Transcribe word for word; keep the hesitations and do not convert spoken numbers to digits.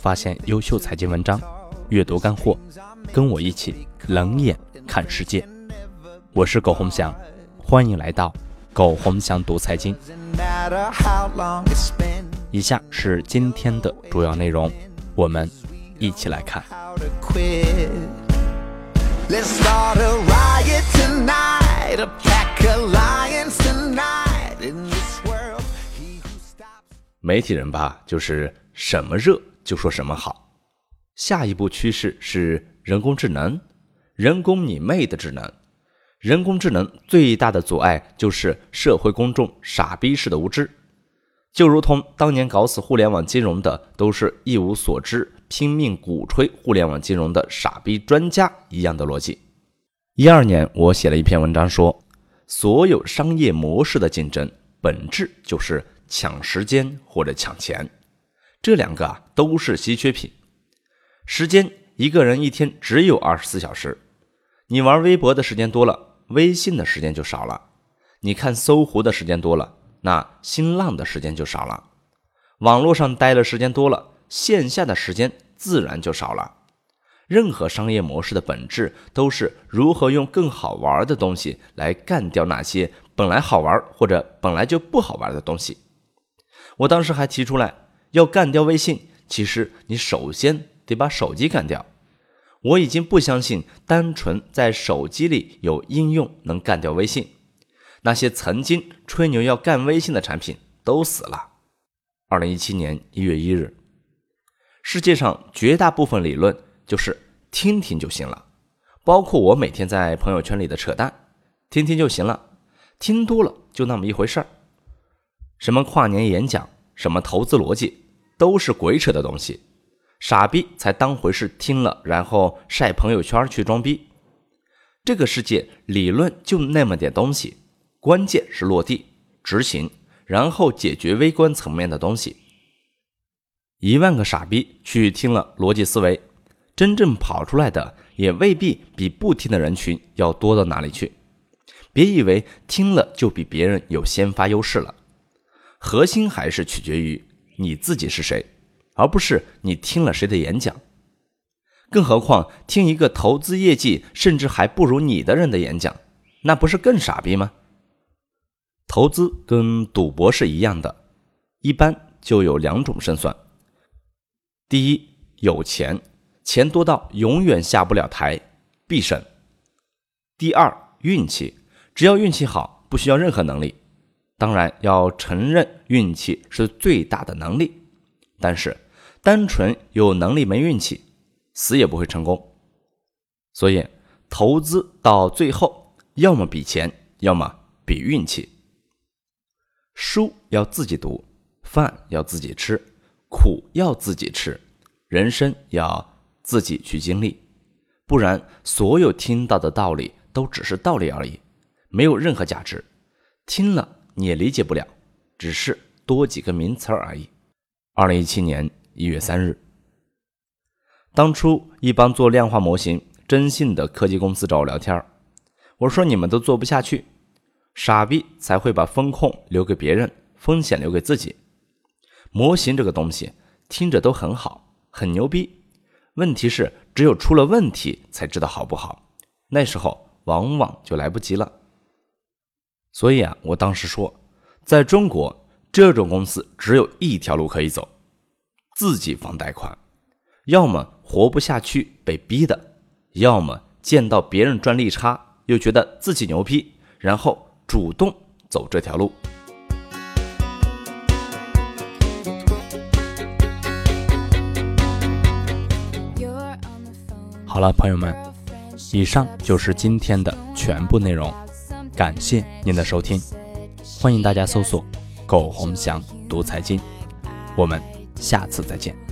发现优秀财经文章，阅读干货，跟我一起冷眼看世界。我是苟洪祥，欢迎来到苟洪祥读财经。以下是今天的主要内容，我们一起来看。媒体人吧，就是什么热就说什么好。下一步趋势是人工智能，人工你妹的智能。人工智能最大的阻碍就是社会公众傻逼式的无知，就如同当年搞死互联网金融的都是一无所知，拼命鼓吹互联网金融的傻逼专家一样的逻辑。一二年我写了一篇文章说，所有商业模式的竞争本质就是抢时间或者抢钱，这两个啊都是稀缺品。时间，一个人一天只有二十四小时，你玩微博的时间多了，微信的时间就少了；你看搜狐的时间多了，那新浪的时间就少了。网络上待的时间多了，线下的时间自然就少了。任何商业模式的本质都是如何用更好玩的东西来干掉那些本来好玩或者本来就不好玩的东西。我当时还提出来，要干掉微信，其实你首先得把手机干掉。我已经不相信单纯在手机里有应用能干掉微信。那些曾经吹牛要干微信的产品都死了。二零一七年一月一日，世界上绝大部分理论就是听听就行了，包括我每天在朋友圈里的扯淡，听听就行了，听多了就那么一回事儿。什么跨年演讲，什么投资逻辑，都是鬼扯的东西。傻逼才当回事听了，然后晒朋友圈去装逼。这个世界理论就那么点东西，关键是落地执行，然后解决微观层面的东西。一万个傻逼去听了逻辑思维，真正跑出来的也未必比不听的人群要多到哪里去。别以为听了就比别人有先发优势了，核心还是取决于你自己是谁，而不是你听了谁的演讲。更何况听一个投资业绩甚至还不如你的人的演讲，那不是更傻逼吗？投资跟赌博是一样的，一般就有两种胜算。第一，有钱，钱多到永远下不了台，必胜。第二，运气，只要运气好，不需要任何能力。当然要承认运气是最大的能力，但是单纯有能力没运气，死也不会成功。所以投资到最后，要么比钱，要么比运气。书要自己读，饭要自己吃，苦要自己吃，人生要自己去经历，不然所有听到的道理都只是道理而已，没有任何价值，听了你也理解不了，只是多几个名词而已。二零一七年一月三日，当初一帮做量化模型征信的科技公司找我聊天，我说你们都做不下去，傻逼才会把风控留给别人，风险留给自己。模型这个东西听着都很好，很牛逼，问题是只有出了问题才知道好不好，那时候往往就来不及了。所以啊，我当时说，在中国这种公司只有一条路可以走，自己放贷款，要么活不下去被逼的，要么见到别人赚利差又觉得自己牛逼，然后主动走这条路。好了，朋友们，以上就是今天的全部内容，感谢您的收听，欢迎大家搜索苟洪祥读财经，我们下次再见。